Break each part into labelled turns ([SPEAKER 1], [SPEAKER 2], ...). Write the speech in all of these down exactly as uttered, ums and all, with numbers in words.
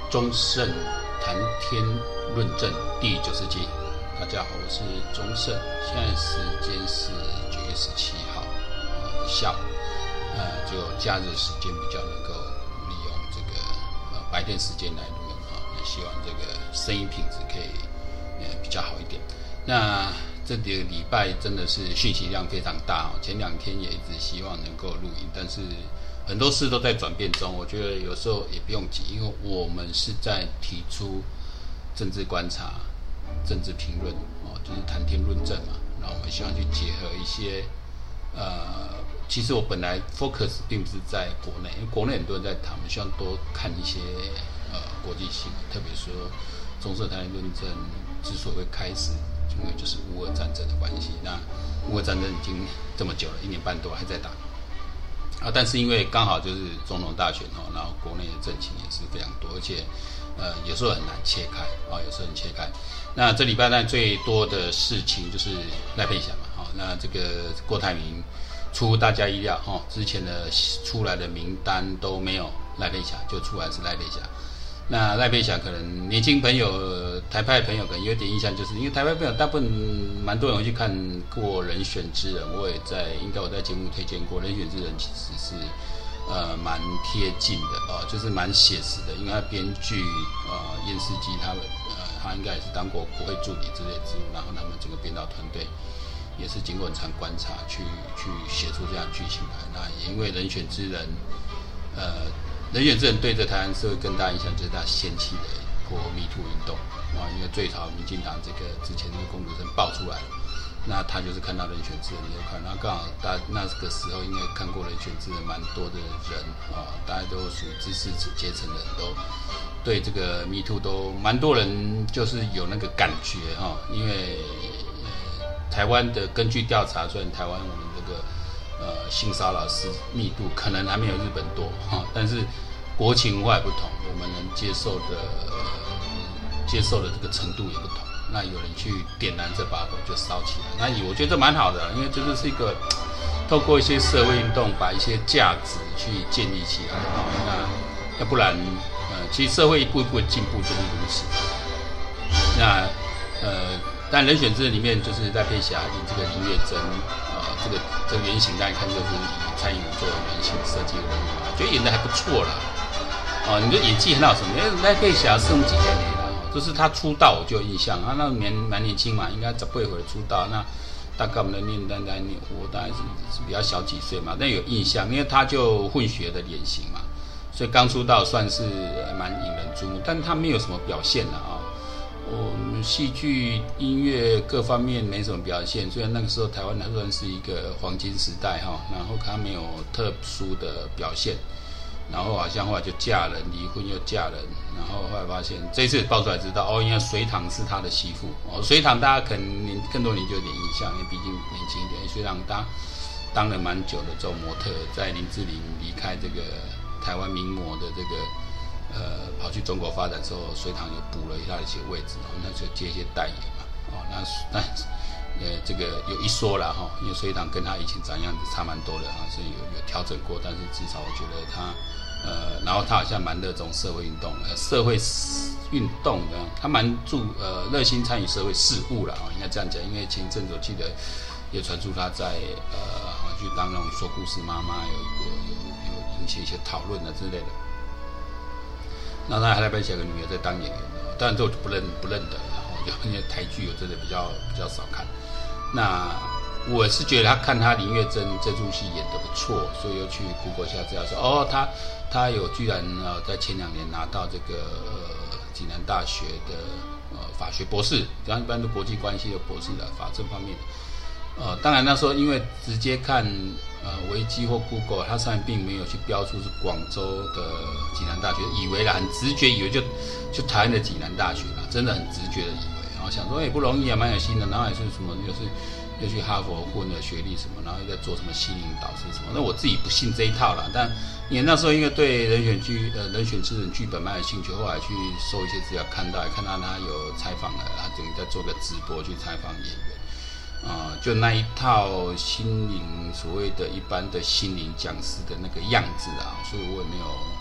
[SPEAKER 1] 中盛谈天论政第九十集。大家好，我是中盛，现在时间是九月十七号呃下午，呃就假日时间比较能够利用这个呃白天时间来录音啊，那希望这个声音品质可以呃比较好一点。那这个礼拜真的是讯息量非常大哦，前两天也一直希望能够录音，但是很多事都在转变中，我觉得有时候也不用急，因为我们是在提出政治观察、政治评论哦，就是谈天论政嘛。然后我们希望去结合一些呃，其实我本来 focus 并不是在国内，因为国内很多人在谈，我们希望多看一些呃国际新闻，特别说中社谈天论政之所以会开始，因为就是乌俄战争的关系。那乌俄战争已经这么久了，一年半多还在打。啊，但是因为刚好就是总统大选哦，然后国内的政情也是非常多，而且呃有时候很难切开啊，有时候很切开。那这礼拜呢最多的事情就是赖佩霞嘛，哦，那这个郭台铭出乎大家意料哈，之前的出来的名单都没有赖佩霞，就出来是赖佩霞。那赖佩霞可能年轻朋友、台派朋友可能有点印象，就是因为台派朋友大部分蛮多人会去看过《人选之人》，我也在应该我在节目推荐过，《人选之人》其实是呃蛮贴近的哦，就是蛮写实的，因为他编剧呃燕世基他们呃他应该也是当过国会助理之类的职务，然后他们整个编导团队也是经过很长观察去去写出这样的剧情来。那也因为《人选之人》呃。人选之人对这台湾社会更大影响，就是他掀起的一波 Me Too 运动啊，因为最早民进党这个之前那个公主生爆出来了，那他就是看到人选之人就看，然后刚好大那个时候应该看过人选之人蛮多的人啊，大家都属于知识阶层的人，都对这个 Me Too 都蛮多人就是有那个感觉哈，因为呃台湾的根据调查，虽然台湾我们这个。呃，性骚扰是密度可能还没有日本多哈，但是国情文化也不同，我们能接受的、呃、接受的这个程度也不同。那有人去点燃这把火就烧起来，那我觉得这蛮好的，因为这就是一个透过一些社会运动，把一些价值去建立起来哈。那要不然，呃，其实社会一步一步的进步就是如此。那呃，但人选之人里面就是赖佩霞以这个林月珍。这个这个原型大家看就是以蔡英文作为原型设计的人物嘛，觉得演得还不错啦。哦，你说演技很好什么？因为赖佩霞是用几年来的，就是他出道我就有印象，他那年蛮年轻嘛，应该十八岁出道，那大概我们的年代在我大概是是比较小几岁嘛，但有印象，因为他就混血的脸型嘛，所以刚出道算是蛮引人注目，但他没有什么表现了啊。我们戏剧、音乐各方面没什么表现，虽然那个时候台湾还算是一个黄金时代哈，然后他没有特殊的表现，然后好像后来就嫁人，离婚又嫁人，然后后来发现这一次爆出来知道哦，因为隋棠是他的媳妇哦，隋棠大家可能更多人就有点印象，因为毕竟年轻一点，隋棠当当了蛮久的这种模特，在林志玲离开这个台湾名模的这个。呃，跑去中国发展之后，隋棠有补了他的一些位置，然后那就接一些代言嘛，哦，那那呃，这个有一说了哈，因为隋棠跟他以前长样子差蛮多的哈，所以有有调整过，但是至少我觉得他呃，然后他好像蛮热衷社会运动，呃，社会运动的，他蛮注呃热心参与社会事务了啊，应该这样讲，因为前一阵子我记得也传出他在呃，好像去当那种说故事妈妈，有有有有引起一些讨论啊之类的。那他还来拍小个女儿在当演员的，当然这我就不认不认得了，然后因为台剧我真的比较比较少看。那我是觉得他看他林月珍这出戏演得不错，所以又去 Google 一下资料说，哦，他他有居然呃在前两年拿到这个呃济南大学的呃法学博士，这样一般的国际关系的博士的法政方面的。呃，当然那时候因为直接看呃维基或 Google， 它上面并没有去标出是广州的济南大学，以为啦，很直觉以为就就台湾的济南大学啦，真的很直觉的以为，然后想说也、欸、不容易啊，蛮有心的，然后也是什么又是又去哈佛混了学历什么，然后又在做什么心灵导师什么，那我自己不信这一套啦，但因为那时候因为对人选剧呃人选之人剧本蛮有兴趣，后来去搜一些资料，看到看到他有采访了，他等于在做个直播去采访演员。啊、呃，就那一套心灵所谓的一般的心灵讲师的那个样子啊，所以我也没有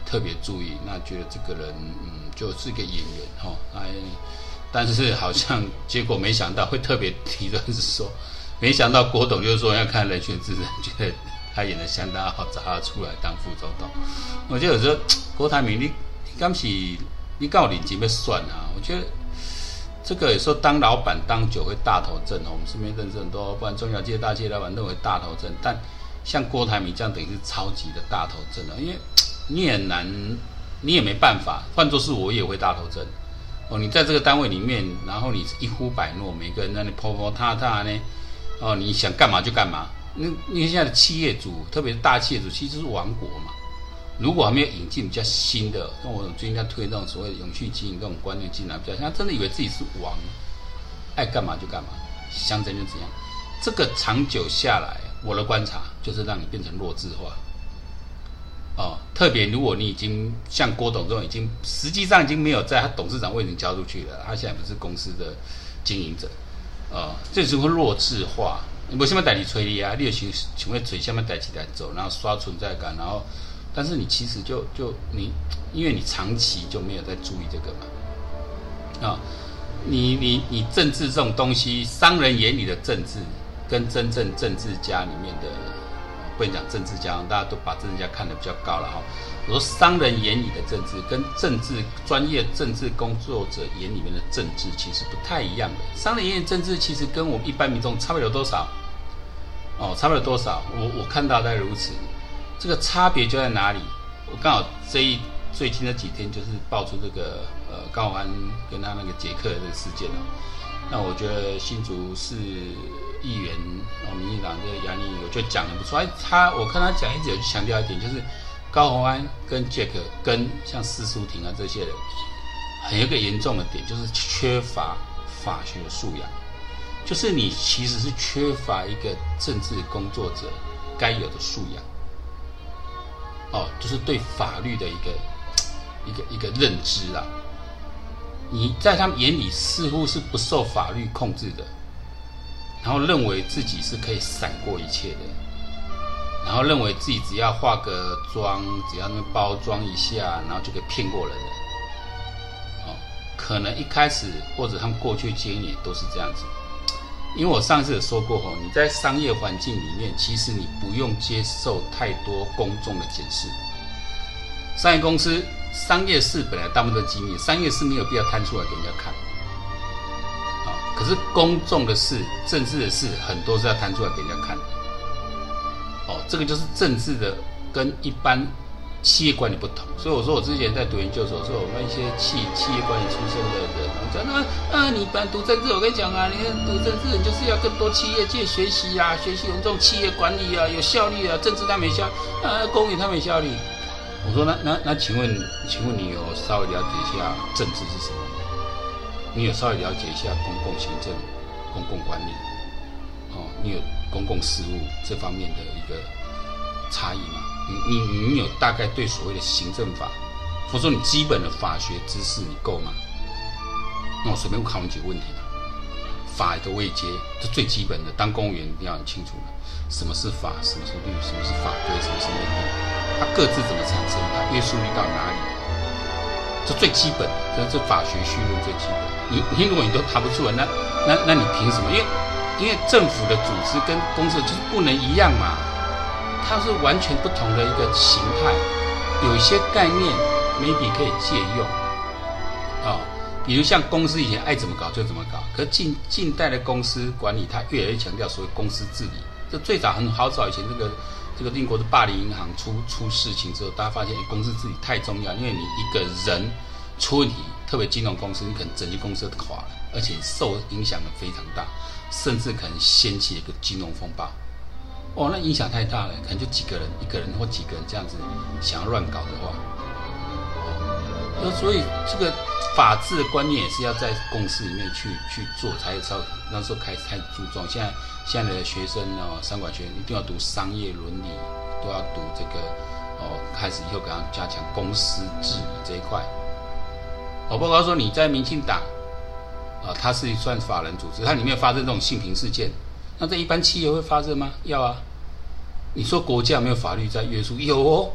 [SPEAKER 1] 特别注意，那觉得这个人嗯就是个演员哈，哎，但是好像结果没想到会特别提的是说，没想到郭董就是说要看《人选之人》，觉得他演得相当好，找他出来当副总统。我觉得有时候郭台铭你你敢是你敢有认真要算啊？我觉得这个有时候当老板当久会大头症哦，我们身边认识很多，不然中小企业、大企业老板认为大头症，但像郭台铭这样等于是超级的大头症了，因为你也很难，你也没办法。换作是我也会大头症哦。你在这个单位里面，然后你一呼百诺，每个人在那泼泼踏踏呢，哦，你想干嘛就干嘛。那因为现在的企业主，特别是大企业主，其实是亡国嘛。如果还没有引进比较新的，像我最近在推那种所谓的永续经营这种观念进来，比较像真的以为自己是王，爱干嘛就干嘛，想怎样就怎样。这个长久下来，我的观察就是让你变成弱智化。哦，特别如果你已经像郭董这种，已经实际上已经没有在他董事长位置交出去了，他现在不是公司的经营者，呃，这就会弱智化。你没什么代理催你啊，你有想想要催什么代志来走，然后刷存在感，然后，但是你其实就就你，因为你长期就没有在注意这个嘛，啊、哦，你你你政治这种东西，商人眼里的政治跟真正政治家里面的。不能讲政治家，大家都把政治家看得比较高了哈。我说商人眼里的政治，跟政治专业政治工作者眼里面的政治其实不太一样的。商人眼里的政治其实跟我们一般民众差不了多少，哦，差不了多少。我我看到大概如此，这个差别就在哪里？我刚好这一最近这几天就是爆出这个呃高虹安跟他那个捷克的这个事件了。那我觉得新竹市议员哦，民进党这个杨丽，我就讲得不错。他我看他讲一直有去强调一点，就是高虹安跟 Jack 跟像施淑婷啊这些人，很有一个严重的点，就是缺乏法学素养，就是你其实是缺乏一个政治工作者该有的素养。哦，就是对法律的一个一个一个认知啊。你在他们眼里似乎是不受法律控制的，然后认为自己是可以闪过一切的，然后认为自己只要化个妆，只要那么包装一下，然后就可以骗过人了。哦，可能一开始或者他们过去经验也都是这样子。因为我上次有说过吼，你在商业环境里面，其实你不用接受太多公众的检视。商业公司、商业事本来大部分都机密，商业事没有必要摊出来给人家看。啊，可是公众的事、政治的事，很多是要摊出来给人家看的。哦，这个就是政治的跟一般企业管理不同。所以我说我之前在读研究所，说我们一些企企业管理出身的人，我讲那啊，你本来读政治，我跟你讲啊，你看读政治，你就是要更多企业界学习啊，学习我们这种企业管理啊，有效率啊，政治它没效，啊，公务它没效率。我说那那那，请问请问你有稍微了解一下政治是什么？你有稍微了解一下公共行政、公共管理？哦，你有公共事务这方面的一个差异吗？你你你有大概对所谓的行政法，或者说你基本的法学知识你够吗？那我随便考你几个问题吧。法的位阶，这最基本的，当公务员一定要很清楚的，什么是法，什么是律，什么是法规，什么是命令，它各自怎么产生，它约束力到哪里？这最基本的，这这法学绪论最基本。你你如果你都答不出来，那那那你凭什么？因为因为政府的组织跟公司就是不能一样嘛，它是完全不同的一个形态，有一些概念 maybe 可以借用啊、哦，比如像公司以前爱怎么搞就怎么搞，可是近近代的公司管理，它越来越强调所谓公司治理。这最早很好早以前这个。这个英国的霸凌银行出出事情之后，大家发现公司治理太重要，因为你一个人出问题，特别金融公司，你可能整间公司都垮了，而且受影响的非常大，甚至可能掀起一个金融风暴。哦，那影响太大了，可能就几个人、一个人或几个人这样子想要乱搞的话，哦，所以这个法治的观念也是要在公司里面去去做，才有稍微那时候开始开始注重。现在。现在的学生哦，商管学一定要读商业伦理，都要读这个哦。开始以后给他加强公司治理这一块。我报告说你在民进党啊，它是算法人组织，它里面发生这种性平事件，那在一般企业会发生吗？要啊。你说国家没有法律在约束？有哦。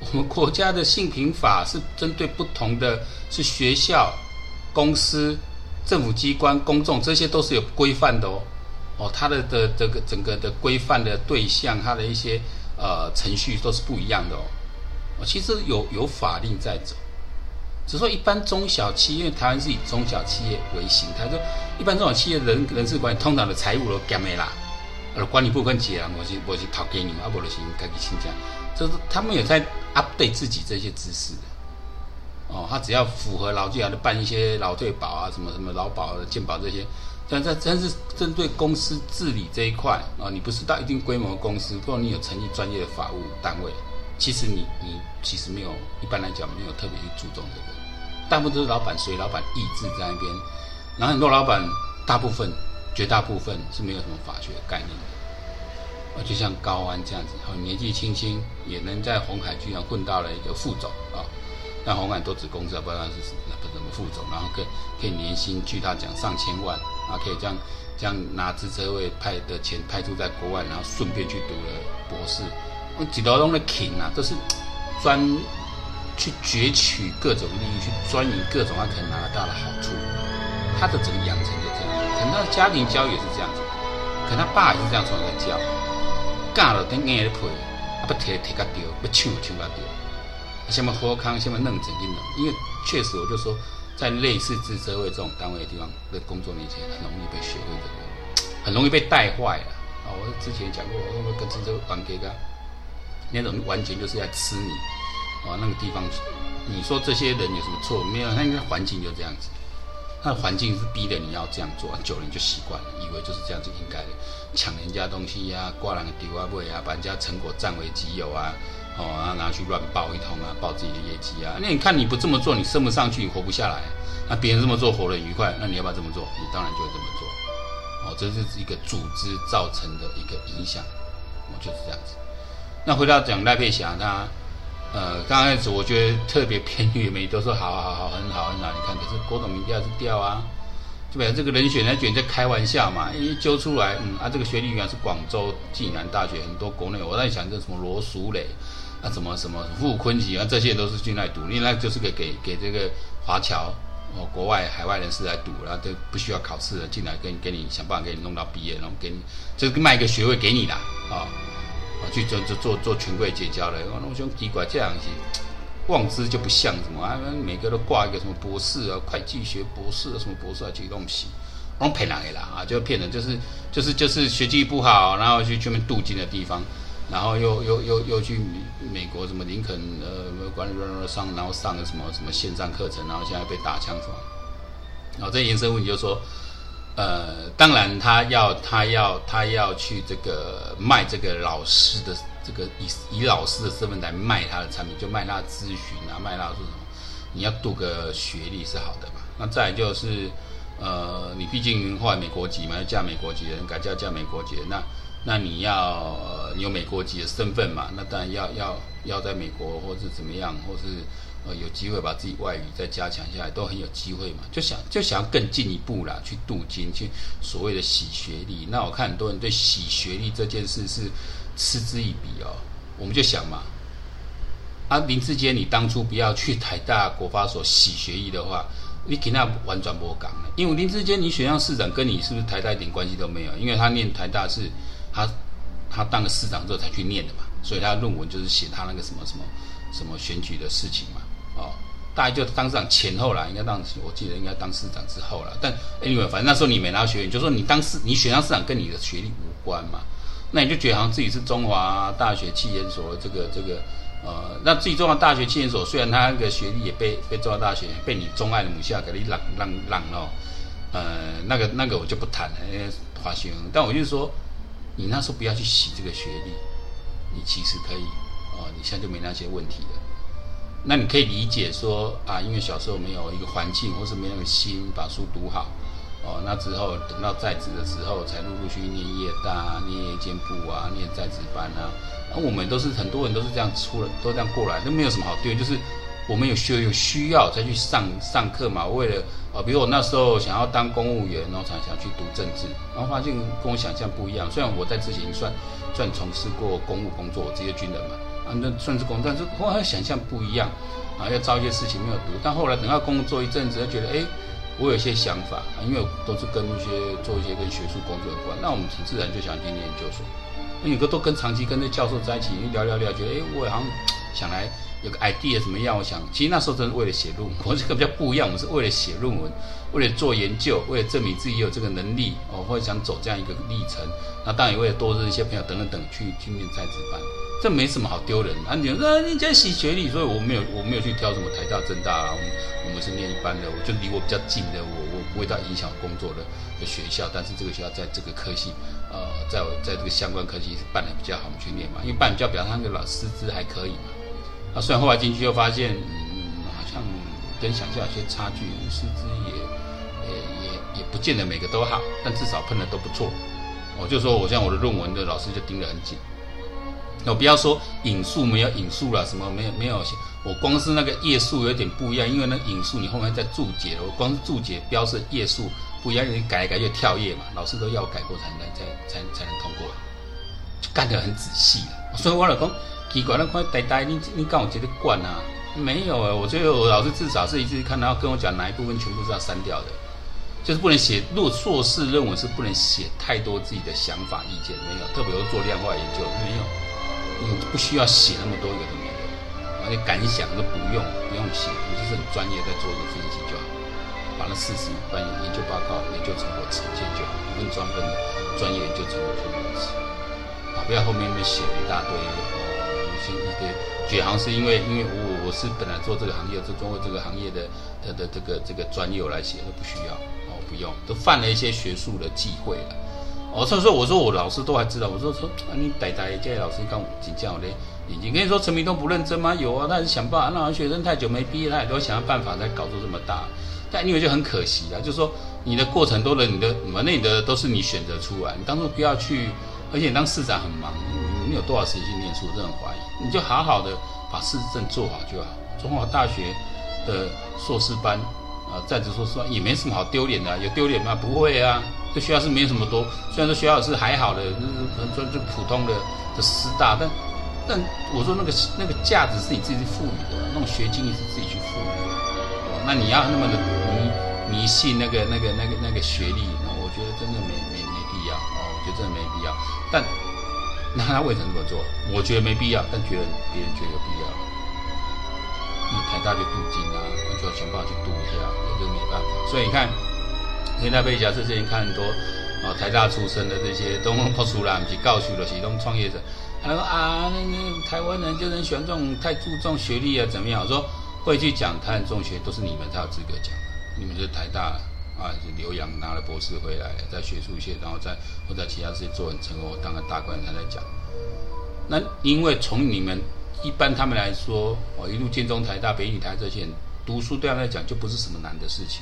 [SPEAKER 1] 我们国家的性平法是针对不同的，是学校、公司、政府机关、公众，这些都是有规范的哦。哦，它的的这个整个的规范的对象，它的一些呃程序都是不一样的哦。哦，其实有有法令在走，只是说一般中小企业，因为台湾是以中小企业为形态，就一般中小企业人人事管理通常的财务都减的啦。呃，管理部分解啊，我是我是讨给你们，啊，不就是自己请假，就是他们有在 update 自己这些知识的。哦，他只要符合劳基法，就办一些劳退保啊，什么什么劳保、健保这些。但在但是针对公司治理这一块啊，你不是到一定规模的公司，或者你有成立专业的法务单位，其实你你其实没有，一般来讲没有特别去注重这个，大部分都是老板随老板意志在那边，然后很多老板大部分。绝大部分是没有什么法学的概念的，就像高安这样子，年纪轻轻也能在鸿海居然混到了一个副总啊，但鸿海都子公司，不知道是什么副总，然后可以可以年薪据他讲上千万啊，可以这样这样拿资车位派的钱派驻在国外，然后顺便去读了博士，几条龙的 king 啊，都是专去攫取各种利益，去钻营各种他可能拿得到的好处，他的整个养成就这样。可能他的家庭教育也是这样子，可能他爸也是这样从小在教，教了等硬的皮，啊不摕摕甲掉，不抢抢甲掉，什么好康，什么弄整一弄，因为确实我就说，在类似自社会这种单位的地方的工作年前，很容易被学会这个，很容易被带坏了啊！我之前讲过，我跟自社玩给个那种完全就是在吃你啊，那个地方，你说这些人有什么错？没有，那应该环境就这样子。那环境是逼的你要这样做，久了你就习惯了，以为就是这样子应该的，抢人家东西呀、啊，挂人丢啊尾啊，把人家成果占为己有啊，哦，然后拿去乱报一通啊，报自己的业绩啊。那你看你不这么做，你升不上去，你活不下来。那别人这么做活得愉快，那你要不要这么做？你当然就会这么做。哦，这是一个组织造成的一个影响，哦，就是这样子。那回到讲赖佩霞，他。呃，刚开始我觉得特别偏绿媒都说好好好很好很好，你看，可是郭董民调是掉啊，就表示这个人选，他觉得在开玩笑嘛，一揪出来，嗯啊，这个学历原来是广州暨南大学，很多国内我在想这什么罗淑蕾啊，什么什么傅昆萁啊，这些都是进来读，因为那就是给给给这个华侨哦国外海外人士来读，然后都不需要考试的进来跟给你想办法给你弄到毕业，然后给你就是卖一个学位给你啦啊。哦去做做做做权贵结交的，我想奇怪，这样是望之就不像什么啊，每个都挂一个什么博士啊，会计学博士啊，什么博士啊，其实都不是，都骗人的啦啊，就骗人，就是就是就是学技不好，然后去专门镀金的地方，然后又又又又去美国什么林肯呃管理上，然后上了什么什么线上课程，然后现在被打枪什么，然后这延伸问题就是说。呃，当然他要他要他要去这个卖这个老师的这个以以老师的身份来卖他的产品，就卖他的咨询啊，卖他的说什么？你要读个学历是好的嘛？那再来就是呃，你毕竟后来美国籍嘛，要嫁美国籍的人改嫁嫁美国籍的，那那你要、呃、你有美国籍的身份嘛？那当然要要要在美国或是怎么样，或是。呃，有机会把自己外语再加强下来，都很有机会嘛。就想就想要更进一步啦，去镀金，去所谓的洗学历。那我看很多人对洗学历这件事是嗤之以鼻哦。我们就想嘛，啊，林志坚，你当初不要去台大国发所洗学历的话，你跟他完全不讲了。因为林志坚，你选上市长，跟你是不是台大一点关系都没有？因为他念台大是他他当了市长之后才去念的嘛，所以他论文就是写他那个什么什么什么选举的事情嘛。哦，大概就当市长前后啦，应该当我记得应该当市长之后啦。但 anyway， 反正那时候你没拿到学历，就说你当市你选上市长跟你的学历无关嘛，那你就觉得好像自己是中华大学企研所的这个这个呃，那自己中华大学企研所虽然他那个学历也被被中华大学被你钟爱的母校给你让让让哦，呃，那个那个我就不谈了，因为华学，但我就是说，你那时候不要去洗这个学历，你其实可以哦，你现在就没那些问题了。那你可以理解说啊，因为小时候没有一个环境，或是没有个心把书读好，哦，那之后等到在职的时候，才陆陆续续念夜大、念夜间部啊、念在职班啊。那我们都是很多人都是这样出了，都这样过来，都没有什么好对，就是我们有需有需要才去上上课嘛。为了呃，比如我那时候想要当公务员，然后才想去读政治，然后发现跟我想象不一样。虽然我在之前算算从事过公务工作，我职业军人嘛。 啊，那算是工作，但是后来想象不一样啊，要招一些事情没有读，但后来等到工作一阵子，觉得哎。我有一些想法，因为都是跟一些做一些跟学术工作有关，那我们很自然就想去念研究所。那有个都跟长期跟那教授在一起聊聊聊，觉得哎，我好像想来有个 idea 怎么样？我想，其实那时候真的为了写论文，我这个比较不一样，我们是为了写论文，为了做研究，为了证明自己有这个能力，哦，或者想走这样一个历程。那当然也为了多认识一些朋友等等等去去念在职班。这没什么好丢人的啊！你说啊，你在洗学历，所以我没有我没有去挑什么台大、政大啊，我们我们是念一般的，我就离我比较近的，我我不会到影响工作的的学校，但是这个学校在这个科系，呃，在我在这个相关科系是办得比较好，我们去念嘛，因为办比较表示他那个老师资还可以嘛。啊，虽然后来进去又发现，嗯，好像跟想象有些差距，师资也也也也不见得每个都好，但至少碰的都不错。我就说我像我的论文的老师就盯得很紧。我不要说引述没有引述啦，什么没有没有，我光是那个页数有点不一样，因为那引述你后面再注解了，我光是注解标示页数不一样，你改来改就跳页嘛，老师都要我改过才能才才才能通过，就干得很仔细了。所以我老公奇怪，那块呆呆，你你刚我觉得惯啊？没有啊，我觉得我老师至少是一直看到跟我讲哪一部分全部是要删掉的，就是不能写。如果硕士论文是不能写太多自己的想法意见，没有，特别是做量化研究没有。你不需要写那么多有的没的，而且感想都不用不用写，你就是很专业在做一个分析就好，把那事实、把研究报告、研究成果呈现就好，一份专门的专业研究成果去如此啊，不要后面那边写了一大堆，哦，有些一堆，觉得好像是因为因为我我是本来做这个行业，做中国这个行业的的的这个这个专业我来写，都不需要哦，不用，都犯了一些学术的忌讳了。哦，所以说我说我老师都还知道，我说说啊，你呆呆这些老师刚请教嘞，已经跟你说陈明都不认真吗？有啊，他是想办法，那学生太久没毕业，他也都想要办法才搞出这么大，但因为就很可惜啊，就是说你的过程都的你的门内的都是你选择出来，你当初不要去，而且你当市长很忙，你你有多少时间去念书，这很怀疑，你就好好的把事证做好就好。中华大学的硕士班啊，在职硕士班也没什么好丢脸的、啊，有丢脸吗？不会啊。这学校是没什么多，虽然说学校是还好的，就就普通的的师大，但但我说那个那个价值是你自己去赋予的，那种学经历是自己去赋予的。哦，那你要那么的迷迷信那个那个那个那个学历，我觉得真的没没没必要哦，我觉得真的没必要。但那他为什么这么做？我觉得没必要，但觉得别人觉得有必要。你台大就镀金啊，那就要想办法去镀一下，这个没办法。所以你看。天大贝侠这些人看很多哦，台大出身的这些都跑出来，不是教授就是都创业者。他说啊，那那台湾人就是喜欢这种太注重学历啊，怎么样？我说会去讲台湾中学都是你们才有资格讲，你们是台大啊，留洋拿了博士回来，在学术界，然后在或在其他事情做很成功，当了大官才在讲。那因为从你们一般他们来说，哦，一路建中、台大、北女、台这些人读书对他们来讲就不是什么难的事情。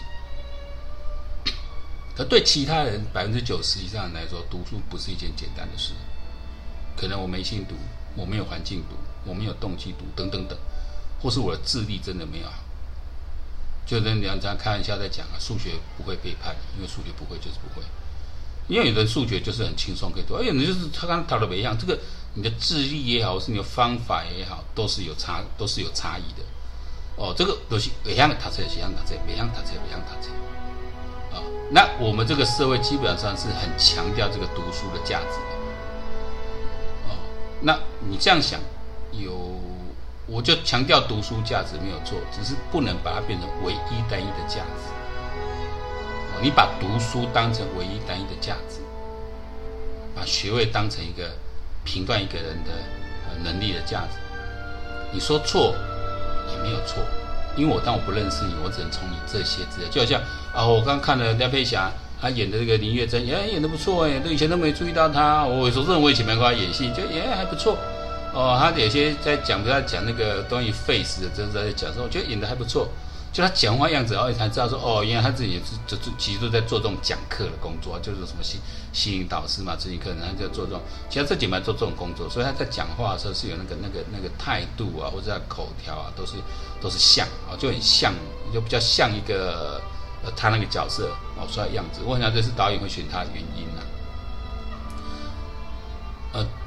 [SPEAKER 1] 可对其他人百分之九十以上人来说，读书不是一件简单的事。可能我没心读，我没有环境读，我没有动机读，等等等，或是我的智力真的没有好。就跟两家开玩笑在讲啊，数学不会背叛，因为数学不会就是不会。因为有的数学就是很轻松可以读，而有的就是他刚讨的不一样，这个你的智力也好，或是你的方法也好，都是有差，都是有差异的。哦，这个都是会晓读册，是晓读册，不晓读册，不晓读册。啊、哦，那我们这个社会基本上是很强调这个读书的价值的。哦，那你这样想，有我就强调读书价值没有错，只是不能把它变成唯一单一的价值。哦，你把读书当成唯一单一的价值，把学位当成一个评断一个人的能力的价值，你说错也没有错。因为我当我不认识你，我只能从你这些资料，就好像啊，我刚看了廖佩霞，她演的这个林月珍，哎，演得不错哎，以前都没注意到她。我有时候我以前没看她演戏，就也还不错。哦，她有些在讲，在讲那个关于 face 的，就是在讲说，我觉得演得还不错。就她讲话样子，然后才知道说，哦，原来她自己也是就就其实都在做这种讲课的工作，就是什么心心灵导师嘛，咨询课程，她就做这种，其实这几年做这种工作，所以她在讲话的时候是有那个那个那个态度啊，或者口条啊，都是都是像啊，就很像，就比较像一个呃他那个角色哦，说他样子。我想这是导演会选他的原因啊。呃，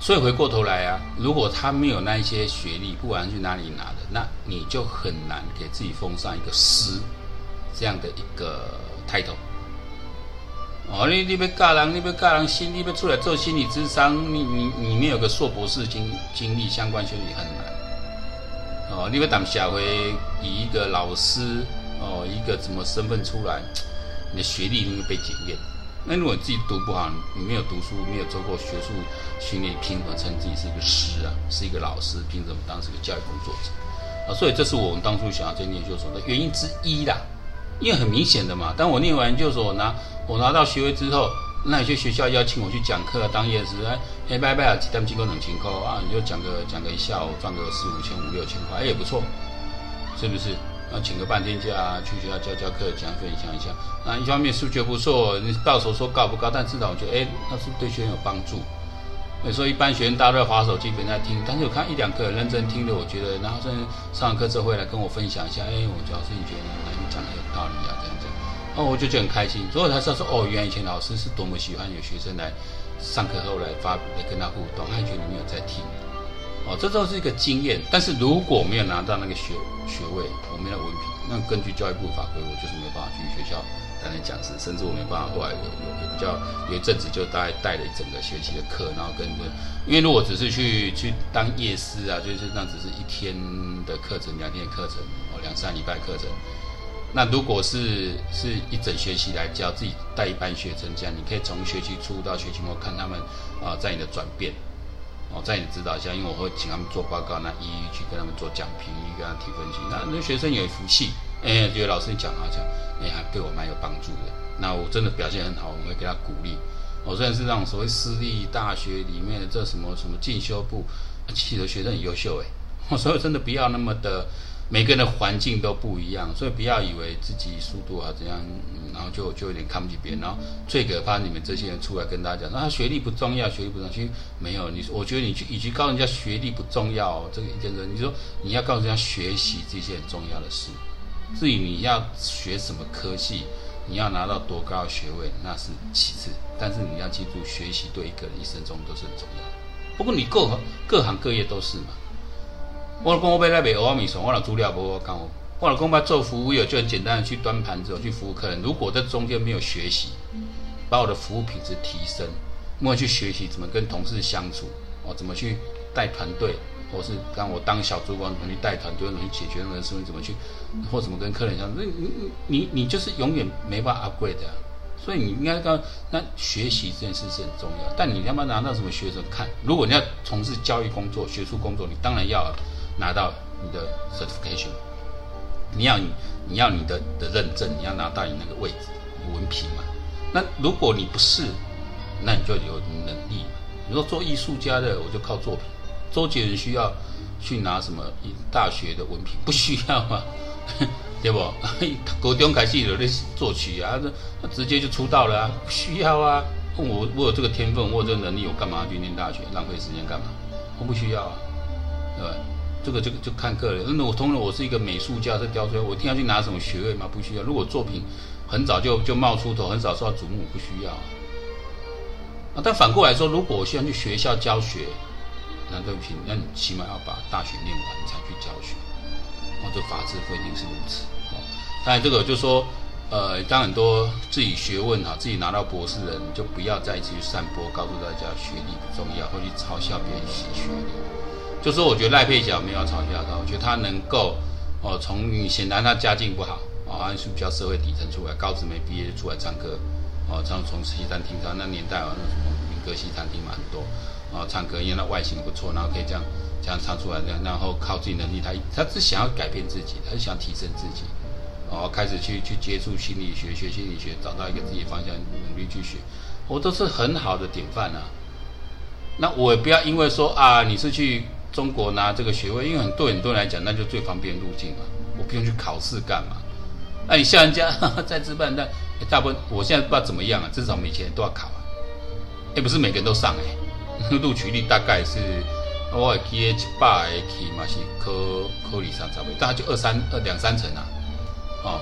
[SPEAKER 1] 所以回过头来啊，如果他没有那一些学历，不管去哪里拿的，那你就很难给自己封上一个师这样的一个 title。哦，你你要教人，你要教人心，你要出来做心理咨商，你你你没有个硕博士经经历相关学历很难。哦，你要当社会以一个老师哦，一个什么身份出来，你的学历一定会被检验。那如果你自己读不好，你没有读书，没有做过学术训练，凭什么称自己是一个师啊，是一个老师？凭什么当是个教育工作者啊？所以这是我们当初想要在念研究所的原因之一啦。因为很明显的嘛，当我念完研究所，拿我拿到学位之后，那有些学校邀请我去讲课当业师，哎，哎拜拜啊，几单几个两千块啊，你就讲个讲个一下午，赚个四五千、五六千块，哎也不错，是不是？啊，请个半天假，去学校教教课，讲分享一下。那一方面数学不错，你到时候说高不高，但至少我觉得，哎，那是对学生有帮助。所以一般学生大家都在滑手机，别人在听，但是我看一两个认真听的，我觉得，然后甚至上完课之后会来跟我分享一下，哎，我教授你觉得你讲的有道理啊，这样这样，哦，我就觉得很开心。所以我才知道说，哦，原来以前老师是多么喜欢有学生来上课后来发来跟他互动，他觉得你有在听，哦，这都是一个经验。但是如果没有拿到那个学学位，我没有文凭，那根据教育部法规，我就是没有办法去学校担任讲师，甚至我没办法后来有有有比较有一阵子就大概带了一整个学期的课，然后跟因为如果只是去去当业师啊，就是那只是一天的课程、两天的课程、哦两三礼拜课程。那如果是是一整学期来教，自己带一班学生这样，你可以从学期初到学期末看他们啊、呃、在你的转变，哦，在你的指导下，因为我会请他们做报告，那一一去跟他们做讲评，一一跟他提分析，那那学生也有福气，哎，觉得老师你讲好像，哎，还对我蛮有帮助的。那我真的表现很好，我们会给他鼓励。我、哦、虽然是让所谓私立大学里面的这什么什么进修部，其实学生很优秀哎，所以真的不要那么的，每个人的环境都不一样，所以不要以为自己速度啊怎样，嗯、然后就就有点看不起别人。然后最可怕，你们这些人出来跟大家讲，啊，学历不重要，学历不重要，其实没有。你我觉得你去与其告诉人家学历不重要、哦，这个一件事，你说你要告诉人家学习这些很重要的事。至于你要学什么科系，你要拿到多高的学位，那是其次。但是你要记住，学习对一个人一生中都是很重要的。不过你各各行各业都是嘛。我讲我要来卖蚵仔米线，我若资料无我讲，我若讲要做服务业，就很简单的去端盘子，去服务客人。如果在中间没有学习，把我的服务品质提升，没有去学习怎么跟同事相处，哦，怎么去带团队。或是当我当小主管，怎么去带团队，怎么去解决任何事情，怎么去，或怎么跟客人相处，你你你你就是永远没办法 upgrade 的、啊。所以你应该告那学习这件事是很重要，但你要不要拿到什么学生看？如果你要从事教育工作、学术工作，你当然要拿到你的 certification， 你要你你要你的的认证，你要拿到你那个位置文凭嘛。那如果你不是，那你就有能力嘛。你说做艺术家的，我就靠作品。周杰伦需要去拿什么大学的文凭？不需要嘛，对不？高中开始就在作曲啊，那直接就出道了啊，不需要啊。我我有这个天分，我有这个能力，我干嘛去念大学？浪费时间干嘛？我不需要啊，对吧？这个这个就看个人。那我通常我是一个美术家，是雕出来，我一定要去拿什么学位吗？不需要。如果作品很早就就冒出头，很早受到瞩目，不需要啊。啊，但反过来说，如果我需要去学校教学，那对不起，那你起码要把大学念完才去教学。哦，这法治不一定是如此。哦，当然这个就说，呃，当很多自己学问哈，自己拿到博士的人，你就不要再一直去散播，告诉大家学历不重要，或去嘲笑别人洗学历。就说我觉得赖佩角没有嘲笑他，我觉得他能够哦，从显然他家境不好，哦，他是比较社会底层出来，高职没毕业就出来唱歌，哦，唱从西餐厅唱，那年代啊，那什么民歌西餐厅蛮多。哦，唱歌因为他外形不错，然后可以这样这样唱出来，然后靠自己能力，他他是想要改变自己，他是想提升自己，哦，开始去去接触心理学，学心理学，找到一个自己的方向，努力去学，我、哦、都是很好的典范啊。那我也不要因为说啊，你是去中国拿这个学位，因为很多很多人来讲，那就最方便路径嘛，我不用去考试干嘛？那、啊、你像人家呵呵在自办，但大部分我现在不知道怎么样啊，至少我们以前都要考啊，哎，不是每个人都上哎。录取率大概是，我会记得一百个去嘛是考考二三十个，大概就二三二两三成啊，哦，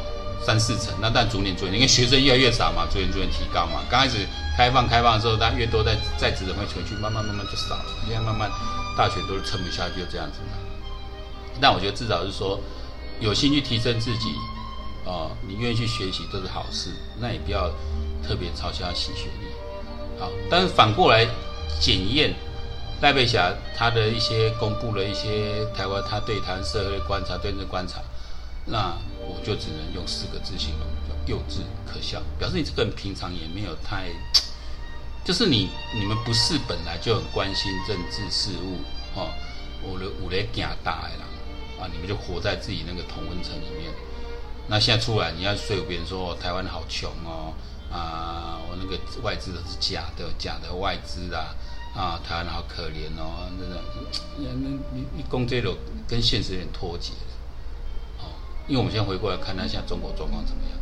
[SPEAKER 1] 三四成，那但逐年逐年，因为学生越来越少嘛，逐年逐年提高嘛。刚开始开放开放的时候，大家越多在在职人会回去，慢慢慢慢就少了。现在慢慢大学都是撑不下去，就这样子嘛。但我觉得至少是说，有心去提升自己，哦，你愿意去学习都是好事，那也不要特别嘲笑洗学历。好，但是反过来检验赖佩霞他的一些公布了一些台湾他对台湾社会的观察、对人的观察，那我就只能用四个字形容，叫幼稚可笑，表示你这个人平常也没有太，就是你你们不是本来就很关心政治事务哦，有了有咧行大的人啊，你们就活在自己那个同温层里面。那现在出来，你要说服别人说、哦、台湾好穷哦，啊，我那个外资都是假的，假的外资啊，啊，台湾好可怜哦，真的，那你你讲这种跟现实有点脱节了，哦，因为我们现在回过来看，那现在中国状况怎么样？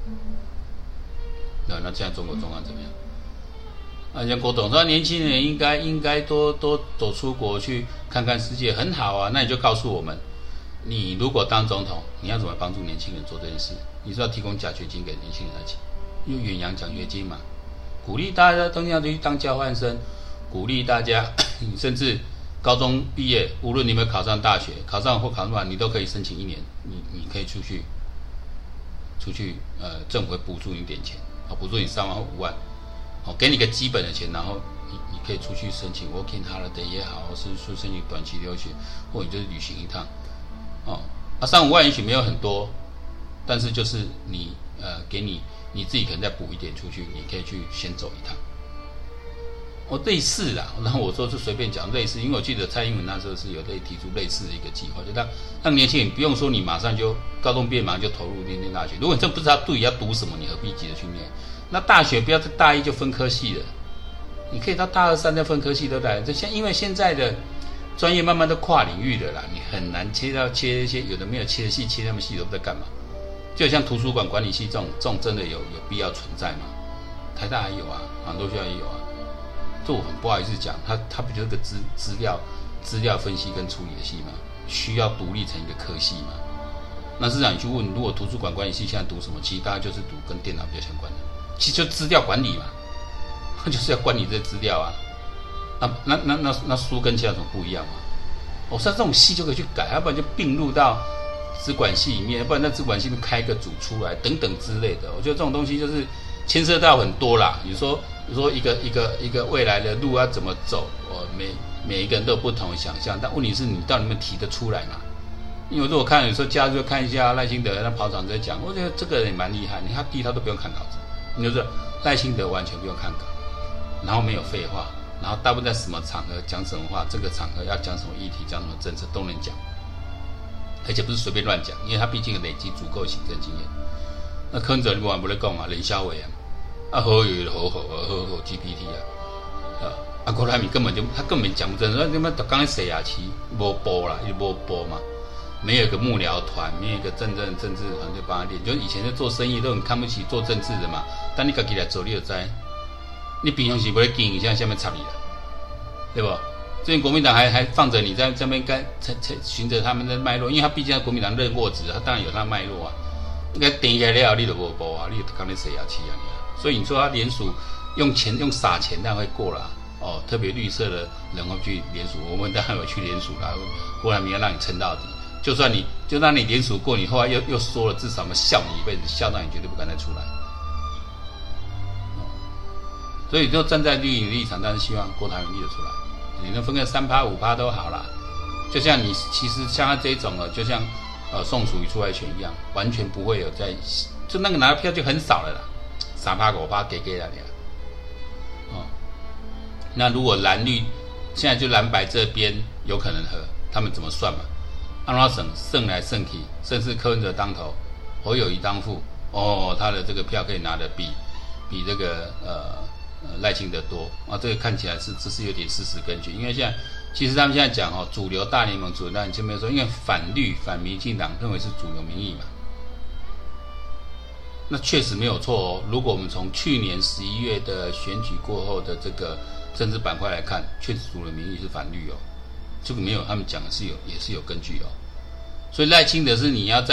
[SPEAKER 1] 那那现在中国状况怎么样？啊，像郭董说，年轻人应该应该多多走出国去看看世界，很好啊。那你就告诉我们，你如果当总统，你要怎么帮助年轻人做这件事？你是要提供奖学金给年轻人来起，因为远洋奖学金嘛，鼓励大家都要去当交换生，鼓励大家，甚至高中毕业，无论你有没有考上大学，考上或考上完，你都可以申请一年，你你可以出去，出去，呃，政府会补助你点钱，啊，补助你三万或五万。哦，给你个基本的钱，然后你你可以出去申请 working holiday 也好，或是说申请短期留学，或者就是旅行一趟。哦，啊，三五万也许没有很多，但是就是你呃，给你你自己可能再补一点出去，你可以去先走一趟。哦，类似啦，然后我说是随便讲类似，因为我记得蔡英文那时候是有类提出类似的一个计划，就让让年轻人不用说你马上就高中毕业马上就投入念念大学，如果你真不知道对要读什么，你何必急着去念？那大学不要在大一就分科系了，你可以到大二三再分科系都来。这现因为现在的专业慢慢都跨领域的啦，你很难切到切一些有的没有切的系，切那么细都不知道干嘛。就像图书馆管理系这种，这种真的有有必要存在吗？台大还有啊，很多学校也有啊。这我很不好意思讲，它它不就是个资资料资料分析跟处理的系吗？需要独立成一个科系吗？那市长你去问，如果图书馆管理系现在读什么？其实大家就是读跟电脑比较相关的。其实就资料管理嘛，就是要管理这资料啊。那那那那那书跟其他有什么不一样嘛？哦，像这种系就可以去改，要不然就并入到资管系里面，要不然在资管系里面开个组出来等等之类的。我觉得这种东西就是牵涉到很多啦。你说你说一个一个一个未来的路要怎么走？哦，每每一个人都有不同的想象，但问题是你到底能不能提得出来嘛？因为如果看有时候假日就看一下赖清德那跑场在讲，我觉得这个人也蛮厉害，你他第一他都不用看稿子。你就是赖清德完全不用看稿，然后没有废话，然后大部分在什么场合讲什么话，这个场合要讲什么议题，讲什么政策都能讲，而且不是随便乱讲，因为他毕竟累积足够行政经验。那柯文哲你不玩不在讲啊，冷笑话啊，啊好有好好啊，好好 G P T 啊，啊啊郭台铭根本就他根本讲不真，说你们刚才谁啊？其无播啦，也无播嘛。没有一个幕僚团，没有一个真正的政治团队帮他练，就是以前在做生意都很看不起做政治的嘛。但你自己来做，你就知，你平常时不会经营，现在下面插你了，对不？最近国民党还还放着你在这边该循着他们的脉络，因为他毕竟在国民党任过职，他当然有他的脉络啊。应该点起来了，你就无播啊，你就刚才谁啊气啊你啊？所以你说他联署用钱用撒钱，但会过啦。哦，特别绿色的人会去联署，我们当然有去联署啦。郭台铭要让你撑到底。就算你就让你联署过，你后来又又说了，至少我们笑你一辈子，笑到你绝对不敢再出来。哦、所以就站在绿营的立场，但是希望郭台铭立得出来，你能分个三趴五趴都好啦。就像你其实像他这一种了，就像呃宋楚瑜出来选一样，完全不会有在就那个拿票就很少了啦，三趴五趴给给了你了。哦，那如果蓝绿现在就蓝白这边有可能和他们怎么算嘛？安华省胜来胜去，甚至柯文哲当头，侯友宜当副，哦，他的这个票可以拿得比比这个呃呃赖清德多啊，这个看起来是这是有点事实根据，因为现在其实他们现在讲哦，主流大联盟主流大联盟前面说，因为反绿反民进党认为是主流民意嘛，那确实没有错哦。如果我们从去年十一月的选举过后的这个政治板块来看，确实主流民意是反绿哦。这个没有，他们讲的是有，也是有根据哦。所以赖清德是你要在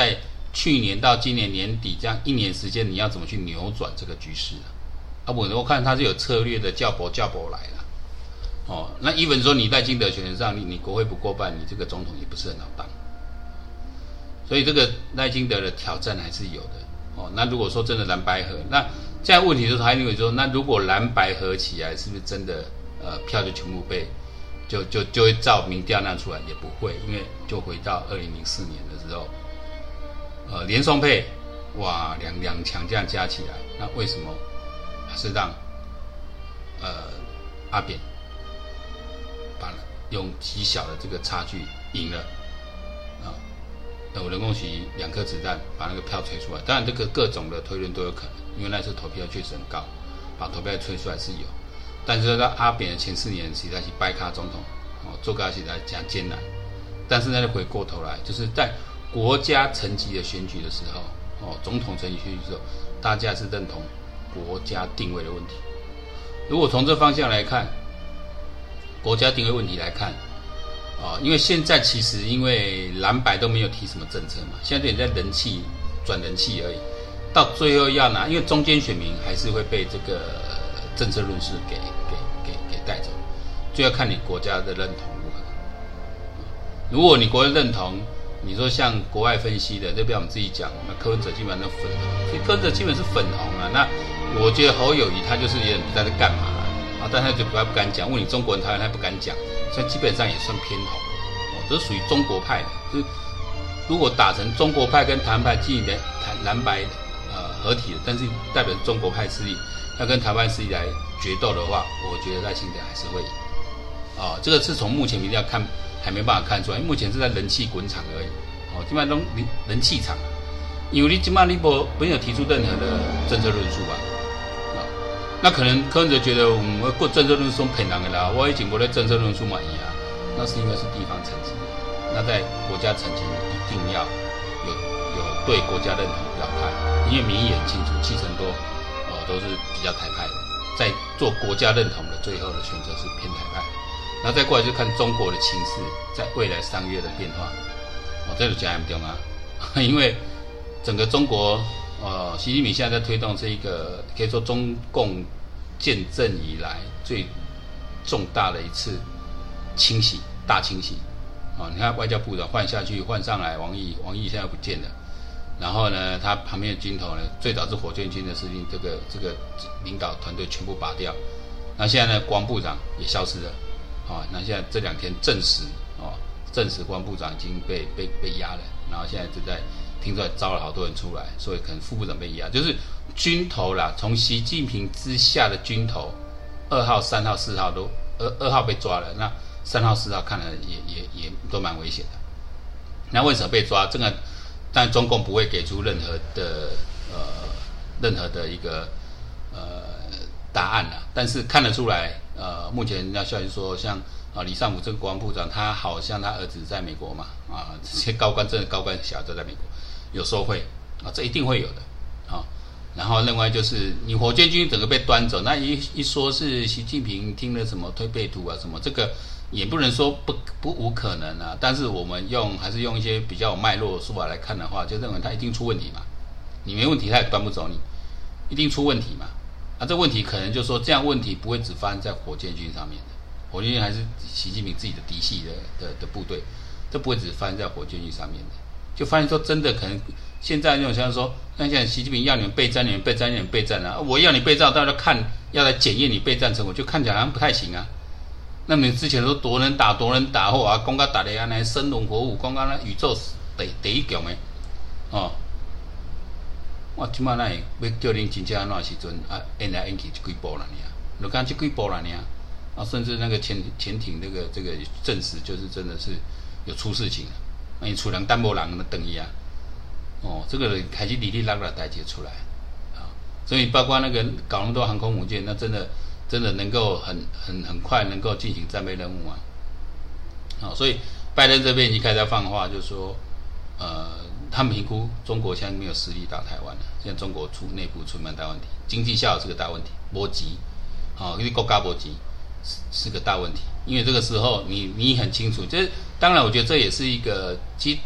[SPEAKER 1] 去年到今年年底这样一年时间，你要怎么去扭转这个局势啊？啊，我我看他是有策略的，叫博叫博来了。哦，那even说你赖清德选上，你你国会不过半，你这个总统也不是很好当。所以这个赖清德的挑战还是有的。哦，那如果说真的蓝白合，那这样问题就是还有说，那如果蓝白合起来，是不是真的呃票就全部被就就就会照民调那出来？也不会，因为就回到二零零四年的时候，呃连宋配哇两两强这样加起来，那为什么是让呃阿扁把用极小的这个差距赢了啊？有人恭喜两颗子弹把那个票吹出来，当然这个各种的推论都有可能，因为那次投票确实很高，把投票吹出来是有。但是在阿扁的前四年实在是掰卡总统，哦，做咖实在讲艰难。但是呢，回过头来，就是在国家层级的选举的时候，哦，总统层级选举的时候，大家是认同国家定位的问题。如果从这方向来看，国家定位问题来看。哦，因为现在其实因为蓝白都没有提什么政策嘛，现在有点在人气转人气而已，到最后要拿，因为中间选民还是会被这个政策论述给给给给带走，就要看你国家的认同如何。如果你国家认同，你说像国外分析的，这边我们自己讲，那柯文哲基本上都粉红，所以柯文哲基本是粉红啊。那我觉得侯友宜他就是也不知道在干嘛啊，但他就不不敢讲，问你中国人台湾他不敢讲。所以基本上也算偏红，哦，这是属于中国派的。就是如果打成中国派跟台湾派进行台蓝白呃合体的，但是代表中国派势力要跟台湾势力来决斗的话，我觉得赖清德还是会赢。哦，这个是从目前民调看还没办法看出来，因为目前是在人气滚场而已。哦，基本上都人气场，因为你基本上你不没有提出任何的政策论述吧。那可能柯文哲觉得我们过政策论述骗人的啦，我已经不在政策论述满意啊，那是因为是地方层级，那在国家层级一定要有有对国家认同表态，因为民意很清楚，七成多呃都是比较台派的，在做国家认同的最后的选择是偏台派，然后再过来就看中国的情势在未来三个月的变化，哦，这就讲很重要啊，因为整个中国。呃，习近平现在在推动这一个可以说中共建政以来最重大的一次清洗，大清洗。啊、哦，你看外交部长换下去，换上来王毅，王毅现在不见了。然后呢，他旁边的军头呢，最早是火箭军的司令，这个这个领导团队全部拔掉。那现在呢，国防部长也消失了。啊、哦，那现在这两天证实，哦，证实国防部长已经被被被压了，然后现在就在。听说招了好多人出来，所以可能副部长被压，就是军头啦。从习近平之下的军头，二号、三号、四号都二二号被抓了，那三号、四号看来也也也都蛮危险的。那为什么被抓？这个但中共不会给出任何的呃任何的一个呃答案啦。但是看得出来，呃，目前人家消息说，像啊李尚福这个国防部长，他好像他儿子在美国嘛，啊这些高官真的高官小都在美国。有受贿啊，这一定会有的啊。然后另外就是你火箭军整个被端走，那一一说是习近平听了什么推背图啊什么，这个也不能说不不无可能啊。但是我们用还是用一些比较有脉络的说法来看的话，就认为他一定出问题嘛。你没问题，他也端不走你，一定出问题嘛。啊，这问题可能就说这样问题不会只发生在火箭军上面的，火箭军还是习近平自己的嫡系的的的部队，这不会只发生在火箭军上面的。就发现说，真的可能现在那种像说，像现在习近平要你们备战，你们备战，你们备战啊！我要你备战，大家看要来检验你备战成果，就看起来好像不太行啊。那你之前说多能打，多能打，或啊，讲到打的安尼生龙活虎，讲到那宇宙第第一强的哦。我即摆那要叫恁真正安怎时阵啊，演来演去这几波了呢，就讲这几波了呢啊，甚至那个潜潜艇这个这个证实就是真的是有出事情了。那你出人单无人的等于啊，哦，这个开始里里拉拉代接出来啊，所以包括那个搞那么多航空母舰，那真的真的能够很很很快能够进行战备任务啊，好、哦，所以拜登这边已经开始放话，就是说，呃，他们评估中国现在没有实力打台湾了，现在中国出内部出蛮大问题，经济效是个大问题，波及，啊、哦，因为国家波及是是个大问题。因为这个时候你你很清楚，这当然我觉得这也是一个，其实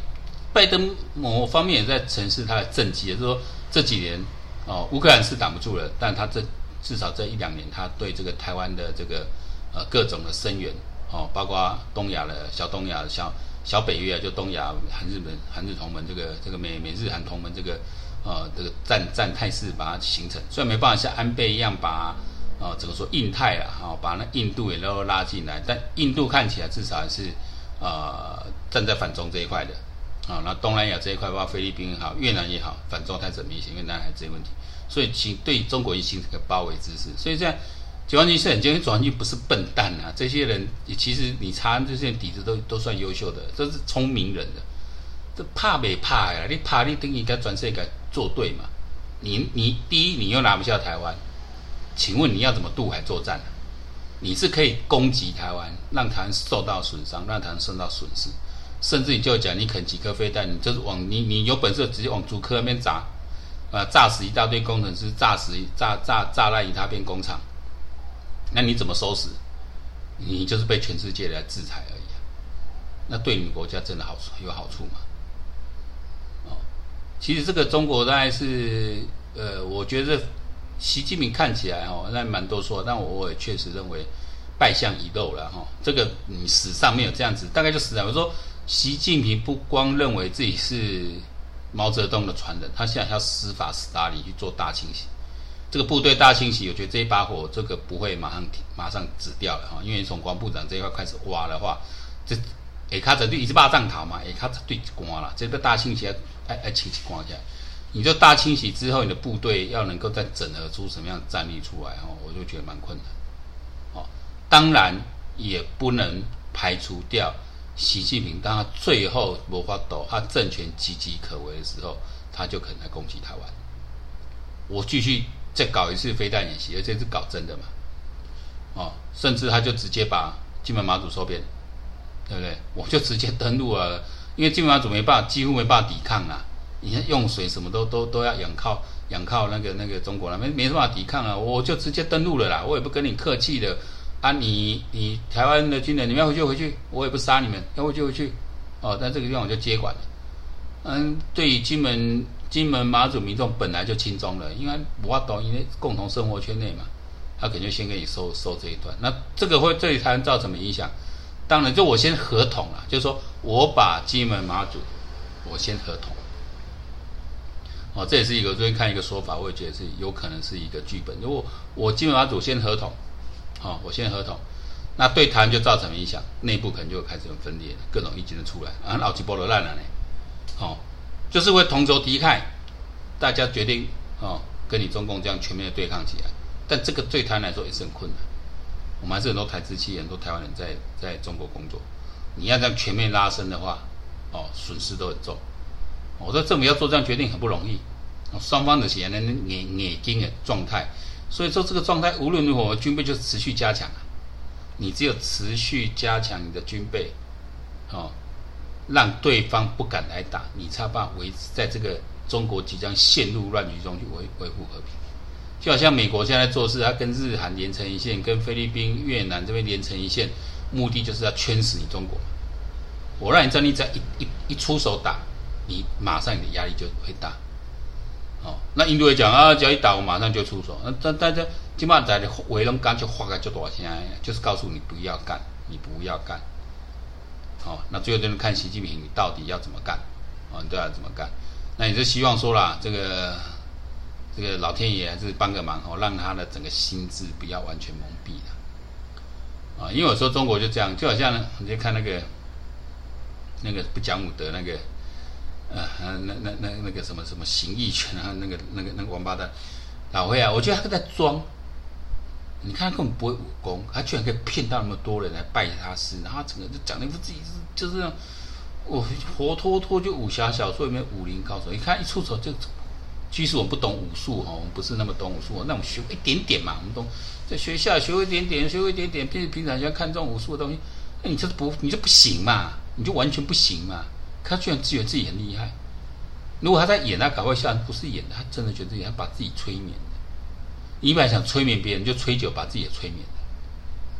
[SPEAKER 1] 拜登某方面也在陈示他的政绩，就是说这几年哦，乌克兰是挡不住了，但他这至少这一两年，他对这个台湾的这个呃各种的声援哦，包括东亚的小东亚、小小北约啊，就东亚、韩日本、韩日同盟这个这个美美日韩同盟这个呃这个战战态势把它形成，虽然没办法像安倍一样把呃怎么说印太啊，哦把那印度也都拉进来，但印度看起来至少还是呃站在反中这一块的。啊，那东南亚这一块，包括菲律宾也好，越南也好，反中太很明显，因为南海这些问题，所以其对中国已形成一个包围之势。所以这样，解放军是很坚决，解放军不是笨蛋啊，这些人其实你查这些底子都都算优秀的，这是聪明人的。这怕没怕呀？你怕你等于跟全世界作对嘛？你你第一，你又拿不下台湾，请问你要怎么渡海作战呢、啊？你是可以攻击台湾，让台湾受到损伤，让台湾受到损失。甚至你就讲，你啃几颗飞弹，你就是往你你有本事直接往竹科那边砸，呃，炸死一大堆工程师，炸死炸炸炸烂一大片工厂，那你怎么收拾？你就是被全世界来制裁而已啊。那对你们国家真的好处有好处吗？哦，其实这个中国大概是呃，我觉得习近平看起来哦，那蛮多说，但我也确实认为败相已露了哈、哦。这个你史上没有这样子，大概就史上我说。习近平不光认为自己是毛泽东的传人，他现在要司法斯大林去做大清洗。这个部队大清洗，我觉得这一把火这个不会马上马上止掉了哈，因为从国防部长这一块开始挖的话，这下卡绝对一直霸占头嘛，下卡绝对一关了。这个大清洗要爱爱清洗关起来，你就大清洗之后，你的部队要能够再整合出什么样的战力出来哈，我就觉得蛮困难。哦，当然也不能排除掉。习近平当他最后没法度，他政权岌岌可危的时候，他就可能来攻击台湾。我继续再搞一次飞弹演习，而且是搞真的嘛，哦，甚至他就直接把金门马祖收编，对不对？我就直接登陆了，因为金门马祖没办法，几乎没办法抵抗啊。你看用水什么都都都要仰靠仰靠那个那个中国了，没没办法抵抗啊，我就直接登陆了啦，我也不跟你客气的。啊你，你你台湾的军人，你们要回去回去，我也不杀你们，要回去回去。哦，但这个地方我就接管了。嗯，对于金门金门马祖民众本来就亲中了，因为我懂，因为共同生活圈内嘛，他肯定先给你收收这一段。那这个会对台湾造成什么影响？当然，就我先合同了，就是说我把金门马祖我先合同。哦，这也是一个我昨天看一个说法，我也觉得是有可能是一个剧本。如果我金门马祖先合同。哦，我先合同，那对台湾就造成影响，内部可能就会开始有分裂，各种意见就出来，啊，老几波都烂了呢，哦，就是会同仇敌忾，大家决定哦，跟你中共这样全面的对抗起来，但这个对台湾来说也是很困难，我们还是很多台资企业、很多台湾人在在中国工作，你要这样全面拉升的话，哦，损失都很重，我说政府要做这样决定很不容易，哦，双方的显然眼眼睛的状态。所以说这个状态无论如何，军备就持续加强啊。你只有持续加强你的军备，哦，让对方不敢来打，你才有办法维持在这个中国即将陷入乱局中去维维护和平。就好像美国现在做事，它跟日韩连成一线，跟菲律宾、越南这边连成一线，目的就是要圈死你中国。我让你知道，你只要一一一出手打，你马上你的压力就会大。哦，那印度也讲啊，只要一打我马上就出手。那但大家基本上在围龙干就花个就多少钱，就是告诉你不要干，你不要干。哦，那最后就是看习近平你到底要怎么干，哦，你都要怎么干。那你就希望说啦，这个这个老天爷还是帮个忙哦，让他的整个心智不要完全蒙蔽了。啊，因为有时候中国就这样，就好像呢，你就看那个那个不讲武德那个。呃，那那那那个什么什么形意拳啊，那个那个那个王八蛋老灰啊，我觉得他在装。你看他根本不会武功，他居然可以骗到那么多人来拜他师，然后整个就讲了一副自己是就是那种，我活脱脱就武侠小说里面武林高手。你看一出手就，其实我们不懂武术哈，我们不是那么懂武术，那我们学一点点嘛，我们懂在学校学一点点，学一点点，平平常喜欢看这种武术的东西，那你这不你就不行嘛，你就完全不行嘛。他居然觉得自己很厉害，如果他在演，他搞怪笑不是演的，他真的觉得自己他把自己催眠的。你本来想催眠别人，就吹久把自己也催眠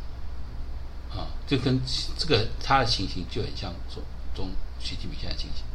[SPEAKER 1] 了，啊、哦，就跟这个他的情形就很像中中习近平现在的情形。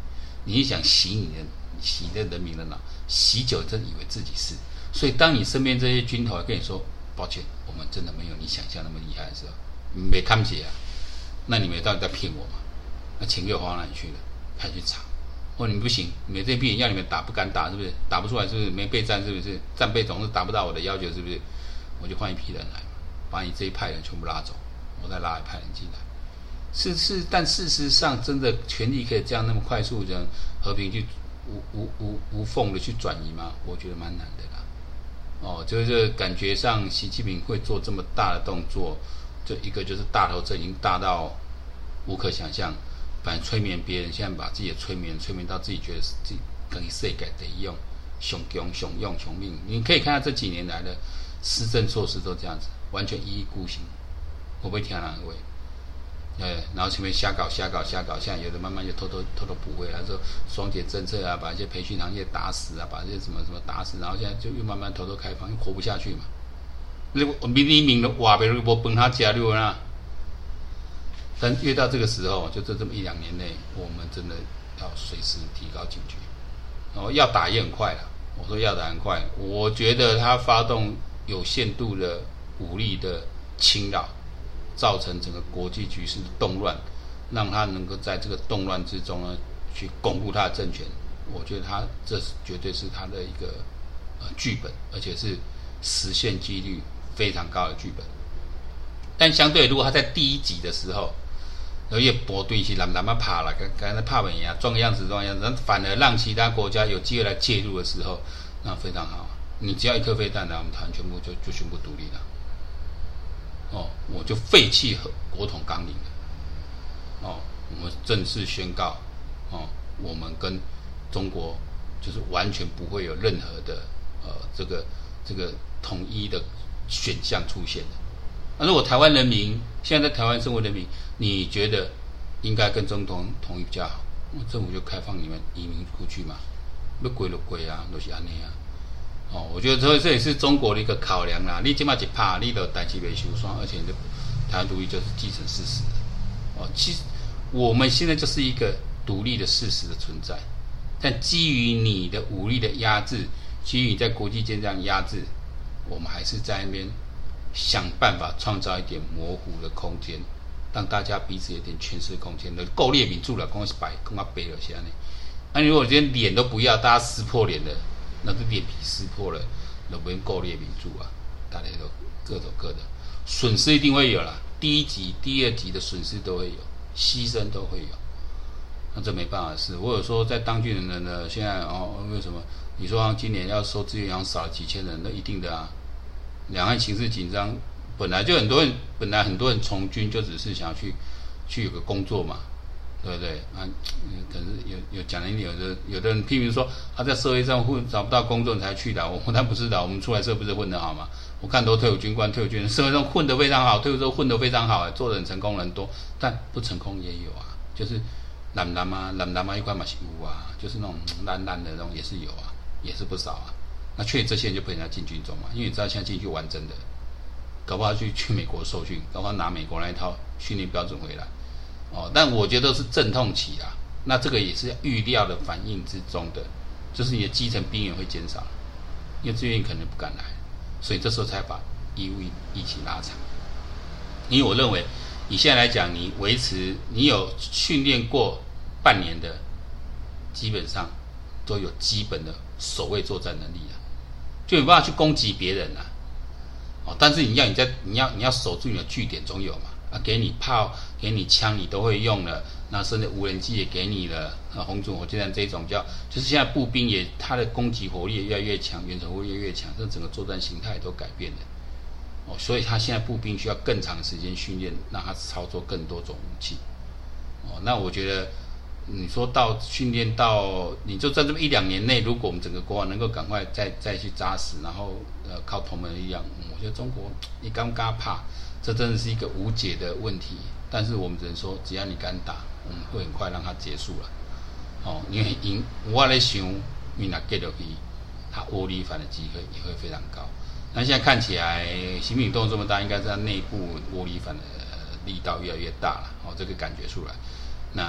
[SPEAKER 1] 你想洗你的洗的人民的脑，洗久真以为自己是。所以当你身边这些军头跟你说抱歉，我们真的没有你想象那么厉害的时候，没看不起啊，那你们到底在骗我吗？那钱给我花哪里去了？派去查。哦，你们不行，你们这批人要你们打不敢打，是不是？打不出来是不是？没备战是不是？战备总是达不到我的要求是不是？我就换一批人来，把你这一派人全部拉走，我再拉一派人进来。是是，但事实上，真的权力可以这样那么快速这样和平去无无无无缝的去转移吗？我觉得蛮难的啦。哦，就是感觉上习近平会做这么大的动作，就一个就是大头症已经大到无可想象。反正催眠别人，现在把自己的催眠催眠到自己觉得自己跟世界得用，熊强熊用熊命。你可以看到这几年来的施政措施都这样子，完全一意孤行。我不会听哪位，呃，然后前面瞎搞瞎搞瞎搞，现在有的慢慢就偷偷偷偷补回来，说双减政策啊，把一些培训行业打死啊，把这些什么什么打死，然后现在就又慢慢偷偷开放，又活不下去嘛。你明明明的话别无饭他吃了啦。但越到这个时候，就这这么一两年内，我们真的要随时提高警觉。哦，要打也很快了。我说要打很快，我觉得他发动有限度的武力的侵扰，造成整个国际局势的动乱，让他能够在这个动乱之中呢，去巩固他的政权。我觉得他这绝对是他的一个呃剧本，而且是实现几率非常高的剧本。但相对，如果他在第一集的时候，而且部队是蓝蓝嘛怕了，刚刚才怕没呀，装个样子装个样子，反而让其他国家有机会来介入的时候，那非常好。你只要一颗飞弹呢，我们台湾全部就就宣布独立了。哦，我就废弃国统纲领了。哦，我们正式宣告，哦，我们跟中国就是完全不会有任何的呃这个这个统一的选项出现的。那、啊、如果台湾人民现在在台湾生活人民，你觉得应该跟总统统一比较好，政府就开放你们移民出去嘛，要归就归啊，都、就是安尼啊。哦，我觉得这这也是中国的一个考量啦。你今嘛一怕，你的代志袂收煞，而且你的台湾独立就是既成事实。哦，其实我们现在就是一个独立的事实的存在，但基于你的武力的压制，基于你在国际间这样压制，我们还是在那边想办法创造一点模糊的空间，让大家彼此有点诠释空间。够列民主了，讲是白，讲啊白了，是安尼。那、啊、如果今天脸都不要，大家撕破脸了，那个脸皮撕破了，就不用够列民主啊，大家都各走各的，损失一定会有啦。第一集、第二集的损失都会有，牺牲都会有。那这没办法的事。我有说在当军人的呢，现在哦，为什么你说今年要收资源，好像少了几千人，那一定的啊。两岸形势紧张，本来就很多人，本来很多人从军就只是想要去去有个工作嘛，对不对？啊，可是有有讲了一点，有的有的人批评说他在社会上混找不到工作才去的，我他不是的，我们出来社会不是混得好吗？我看很多退伍军官、退伍军人，社会上混得非常好，退伍之后混得非常好，做得很成功人多，但不成功也有啊，就是蓝蓝啊蓝蓝啊一块嘛是有啊，就是那种烂烂的那种也是有啊，也是不少啊。那确实这些人就被人家进军中嘛，因为你知道现在进去玩真的，搞不好去去美国受训，搞不好拿美国那一套训练标准回来，哦，但我觉得是阵痛期啦，那这个也是预料的反应之中的，就是你的基层兵员会减少，因为志愿役可能不敢来，所以这时候才把义务一起拉长。因为我认为你现在来讲，你维持你有训练过半年的，基本上都有基本的守卫作战能力啊。就有办法去攻击别人啊，哦，但是你要你在你要你要守住你的据点总有嘛，啊，给你炮，给你枪，你都会用了，那甚至无人机也给你了，啊，红准火箭弹这种比较，就是现在步兵也它的攻击火力也越来越强，远程火力越来越强，这整个作战形态都改变了，哦，所以他现在步兵需要更长时间训练，让他操作更多种武器，哦，那我觉得。你说到训练到，你就在这么一两年内，如果我们整个国防能够赶快再再去扎实，然后呃靠同盟的力量，嗯，我觉得中国你敢不敢怕，这真的是一个无解的问题。但是我们只能说，只要你敢打，我们会很快让它结束了。哦，因为因我在想，你若get落去，它窝里反的机会也会非常高。那现在看起来，习近平动作这么大，应该是他内部窝里反的力道越来越大了。哦，这个感觉出来。那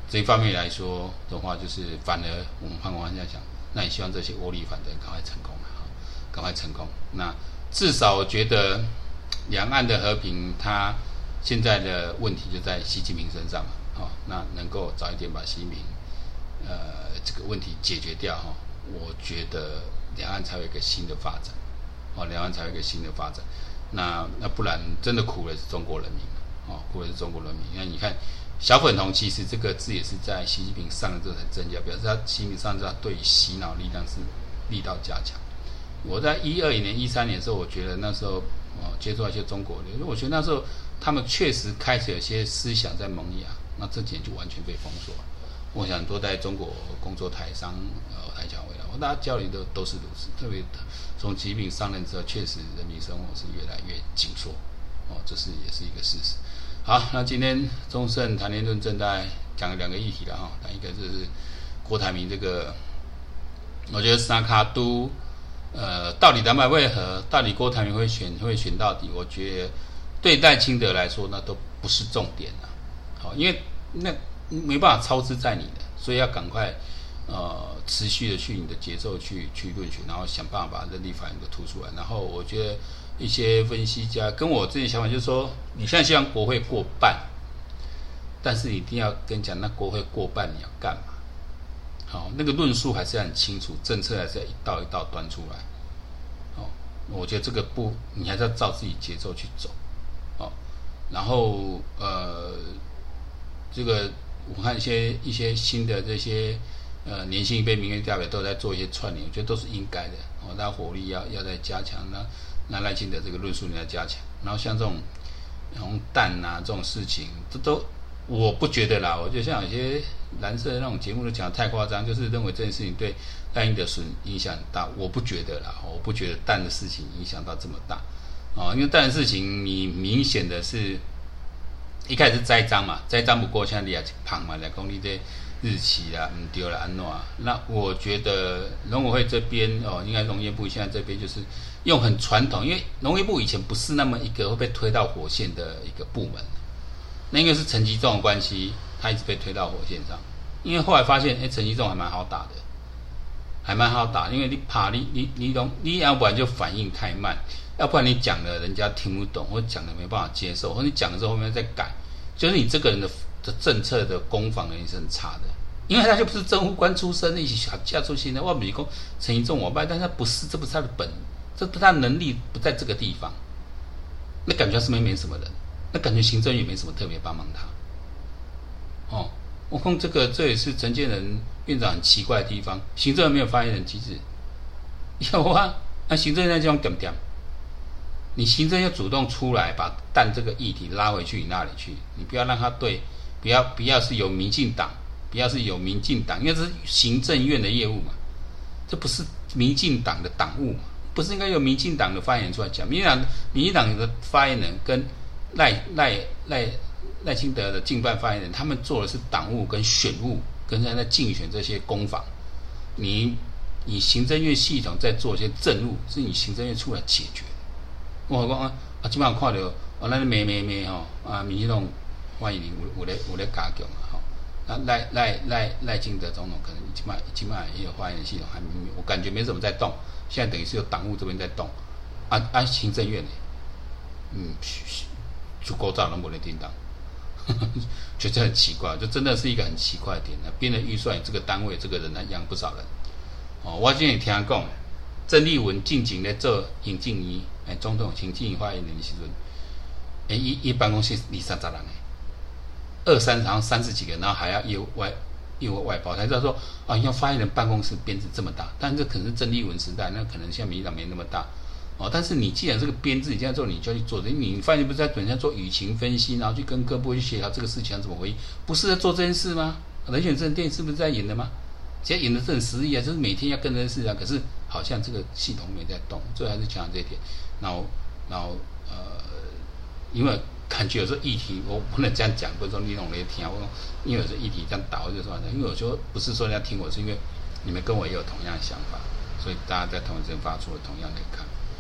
[SPEAKER 1] 这一方面来说的话，就是反而我们换个方向想，那也希望这些窝里反的人赶快成功啊，赶快成功。那至少我觉得两岸的和平，它现在的问题就在习近平身上嘛，哦，那能够早一点把习近平呃这个问题解决掉哈，我觉得两岸才有一个新的发展，哦，两岸才有一个新的发展。那那不然真的苦的是中国人民，哦，苦的是中国人民。那你看小粉红，其实这个字也是在习近平上任之后才增加，表示他习近平上任之后对洗脑力量是力道加强。我在一二年、一三年的时候，我觉得那时候哦接触到一些中国人，我觉得那时候他们确实开始有些思想在萌芽，那这几年就完全被封锁了。我想多在中国工作台商呃台侨回来，我大家交流都都是如此，特别从习近平上任之后，确实人民生活是越来越紧缩，哦，这是也是一个事实。好，那今天中盛谈天论政大概讲了两个议题了哈，那一个就是郭台铭这个，我觉得三卡都呃到底两百为何，到底郭台铭会选会选到底，我觉得对赖清德来说那都不是重点啊，好，因为那没办法操之在你的，所以要赶快呃持续的去你的节奏去去论选，然后想办法把人力法案给突出来。然后我觉得一些分析家跟我自己想法就是说，你现在希望国会过半，但是你一定要跟你讲，那国会过半你要干嘛？好，那个论述还是要很清楚，政策还是要一道一道端出来。好，我觉得这个不，你还是要照自己节奏去走。好，然后呃，这个。我看一些一些新的这些呃年轻一辈民意代表都在做一些串联，我觉得都是应该的。哦，那火力要要再加强，那那赖清德这个论述你要加强。然后像这种红弹啊这种事情，这都我不觉得啦。我觉得像有些蓝色的那种节目都讲得太夸张，就是认为这件事情对赖清德损影响很大，我不觉得啦。我不觉得弹的事情影响到这么大哦，因为弹的事情你明显的是。一开始是栽赃嘛，栽赃不过，现在你也旁嘛，来讲你这日期啦，唔对啦，安怎啊？那我觉得农委会这边哦，应该农业部现在这边就是用很传统，因为农业部以前不是那么一个会被推到火线的一个部门，那因为是陈吉仲的关系，他一直被推到火线上。因为后来发现，哎，陈吉仲还蛮好打的，还蛮好打，因为你怕你你你懂，你要不然就反应太慢。要不然你讲了人家听不懂，或者讲了没办法接受，或者你讲了之后后面再改，就是你这个人的的政策的攻防能力是很差的，因为他就不是政务官出身，一起嫁出去的。我美国陈怡仲我拜，但他不是，这不是他的本，这他的能力不在这个地方，那感觉是没没什么人，那感觉行政院没什么特别帮忙他。哦，我看这个这也是陈建仁院长很奇怪的地方，行政院没有发言人机制，有啊，那行政院这样点点。你行政要主动出来，把蛋这个议题拉回去你那里去，你不要让他对，不要不要是由民进党，不要是由民进党，因为这是行政院的业务嘛，这不是民进党的党务嘛，不是应该由民进党的发言人出来讲？民进党民进党的发言人跟赖赖赖赖清德的竞办发言人，他们做的是党务跟选务，跟人家在竞选这些攻防，你你行政院系统在做一些政务，是你行政院出来解决。我讲啊，啊，即摆有看到，哦，咱骂骂骂吼，啊，民进党发言人有有咧有咧加强啊，吼，那赖赖赖赖清德总统可能即摆即摆也有发言人系统还，我感觉没怎么在动，现在等于是有党务这边在动，啊啊，行政院呢，嗯，就构造拢无咧叮当，觉得很奇怪，就真的是一个很奇怪的点呢。编的预算，这个单位这个人来养不少人，哦，我之前听讲。郑丽文进前咧做行政院诶总统行政院发言人的时阵，诶，伊伊办公室二三十人诶，二三然后三十几个，然后还要业务外业务外包，才知道说啊，要发言人办公室编制这么大，但这可能是郑丽文时代，那可能像民进党没那么大哦。但是你既然这个编制你这样做，你就要去做，你发言人不是在等下做舆情分析，然后去跟各部去协调这个事情要怎么回应，不是在做这件事吗？人选这电视不是在演的吗？其实演的是很实意啊，就是每天要跟这件事啊，可是好像这个系统没在动，最后还是强调这一点。然后，然后呃，因为感觉有时候议题我不能这样讲，不是说你懂来听，我因为有时候议题这样打，我就说，因为我说不是说人家听我，是因为你们跟我也有同样的想法，所以大家在同一时间发出了同样的看法。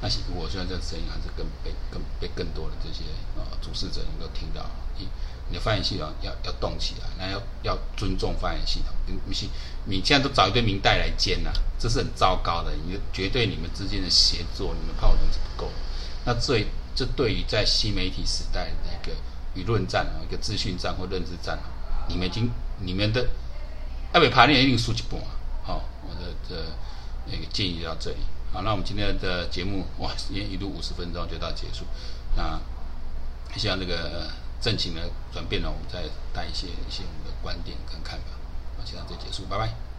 [SPEAKER 1] 那我希望这个声音还是更被更被更多的这些呃主事者能够听到。你你的发言系统要要动起来，那要要尊重发言系统。不是你现在都找一堆明代来兼呐、啊，这是很糟糕的。你绝对你们之间的协作，你们炮人是不够的。那最这对于在新媒体时代的一个舆论战啊，一个资讯战或认知战啊，你们已经你们的要被爬练一定输一半。好、哦，我的这那个建议到这里。好，那我们今天的节目哇，也一路五十分钟就到结束。那希望这个政情的转变呢，我们再带一些一些我们的观点跟看法。好，现在就结束，拜拜。